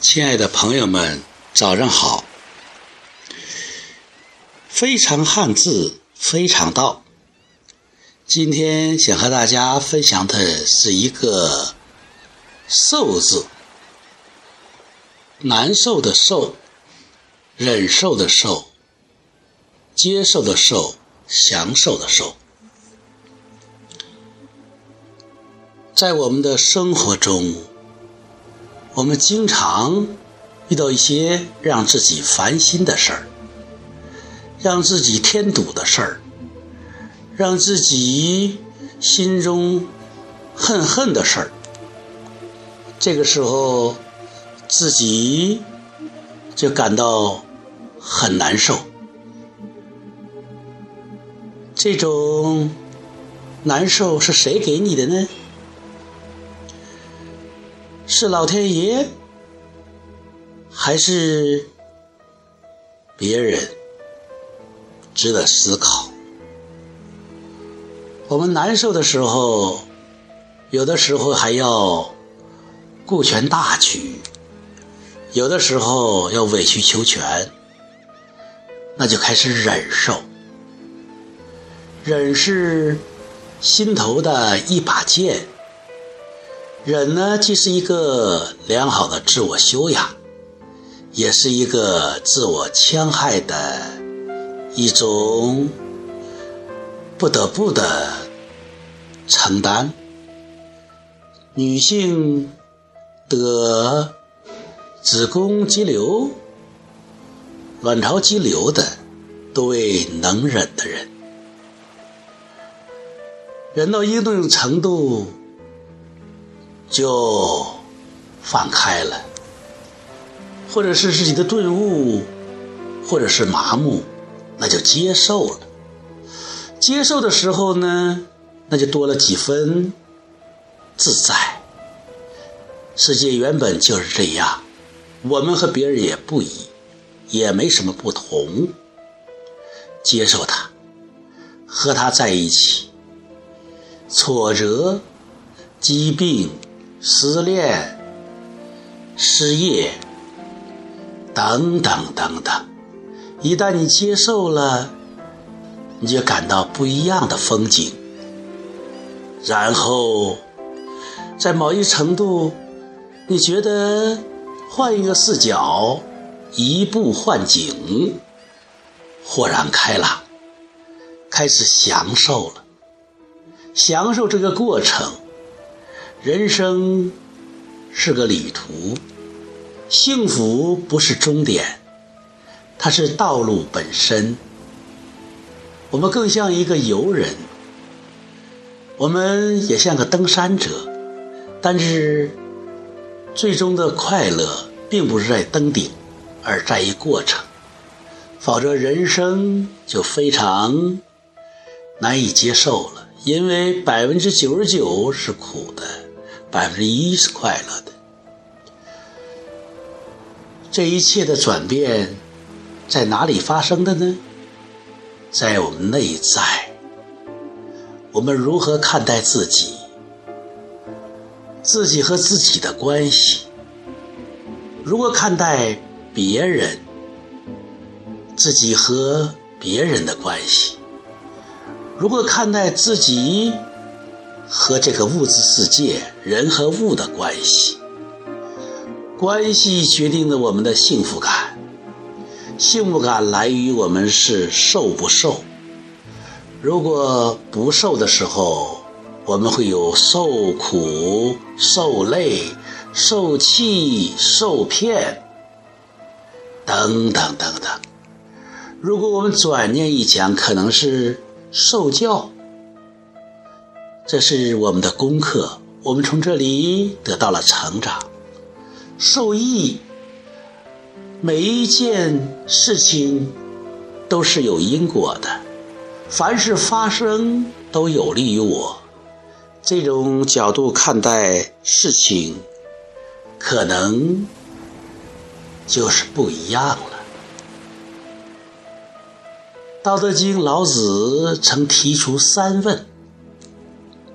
亲爱的朋友们，早上好。非常汉字，非常道。今天想和大家分享的是一个受字，难受的受，忍受的受，接受的受，享受的受。在我们的生活中，我们经常遇到一些让自己烦心的事儿，让自己添堵的事儿，让自己心中恨的事儿。这个时候自己就感到很难受。这种难受是谁给你的呢？是老天爷，还是别人？值得思考。我们难受的时候，有的时候还要顾全大局，有的时候要委曲求全，那就开始忍受。忍是心头的一把剑，忍呢，既是一个良好的自我修养，也是一个自我戕害的一种不得不的承担。女性得子宫肌瘤、卵巢肌瘤的，都为能忍的人。忍到一定程度就放开了，或者是自己的顿悟，或者是麻木，那就接受了。接受的时候呢，那就多了几分自在。世界原本就是这样，我们和别人也不一，也没什么不同。接受它，和它在一起，挫折、疾病、失恋、失业等等等等，一旦你接受了，你就感到不一样的风景。然后在某一程度，你觉得换一个视角，移步换景，豁然开朗，开始享受了。享受这个过程。人生是个旅途，幸福不是终点，它是道路本身。我们更像一个游人，我们也像个登山者，但是最终的快乐并不是在登顶，而在于过程。否则人生就非常难以接受了，因为 99% 是苦的，1% 是快乐的。这一切的转变在哪里发生的呢？在我们内在。我们如何看待自己，自己和自己的关系，如何看待别人，自己和别人的关系，如何看待自己和这个物质世界，人和物的关系。关系决定了我们的幸福感，幸福感来于我们是受不受。如果不受的时候，我们会有受苦、受累、受气、受骗等等等等。如果我们转念一讲，可能是受教，这是我们的功课，我们从这里得到了成长。受益，每一件事情都是有因果的，凡事发生都有利于我。这种角度看待事情，可能就是不一样了。道德经老子曾提出3问，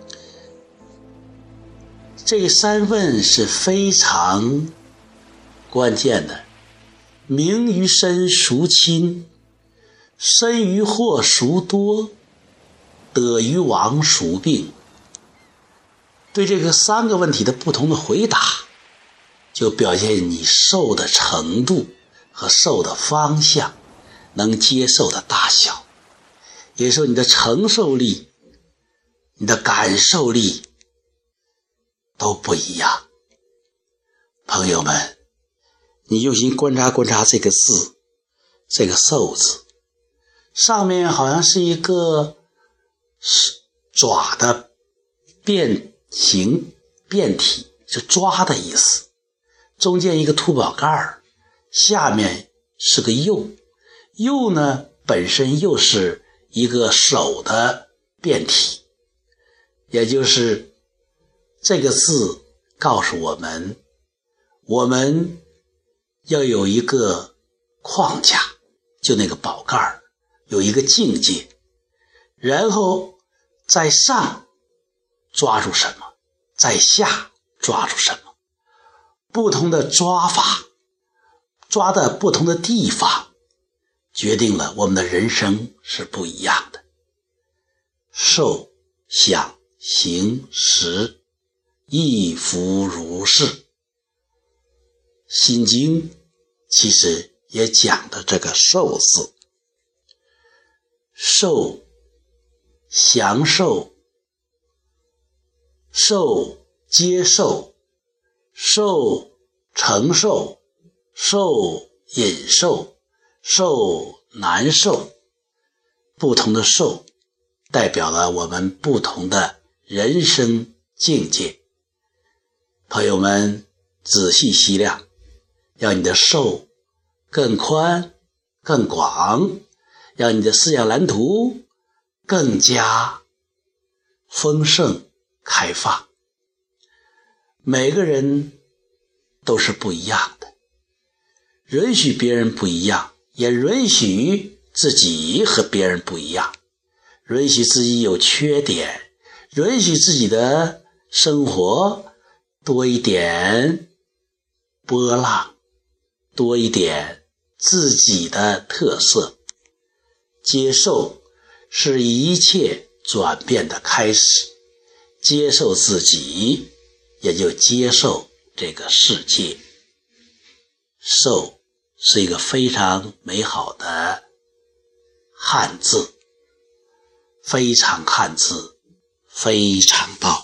这3问是非常关键的，名于身孰轻，身于祸孰多，得于亡孰病。对这个3个问题的不同的回答，就表现你受的程度和受的方向，能接受的大小，也就是说你的承受力、你的感受力都不一样。朋友们，你用心观察观察这个字，这个受字，上面好像是一个爪的变形变体，是抓的意思，中间一个凸宝盖，下面是个右，右呢本身又是一个手的变体，也就是这个字告诉我们，我们要有一个框架，就那个宝盖有一个境界，然后在上抓住什么，在下抓住什么，不同的抓法，抓的不同的地方，决定了我们的人生是不一样的。受想行识亦复如是。心经其实也讲的这个受字，受享受、受接受、受承受、受忍受、受难受，不同的受代表了我们不同的人生境界。朋友们仔细细量，让你的受更宽更广，让你的思想蓝图更加丰盛开放。每个人都是不一样的，允许别人不一样，也允许自己和别人不一样，允许自己有缺点，允许自己的生活多一点波浪，多一点自己的特色。接受是一切转变的开始，接受自己，也就接受这个世界。受是一个非常美好的汉字，非常汉字，非常道。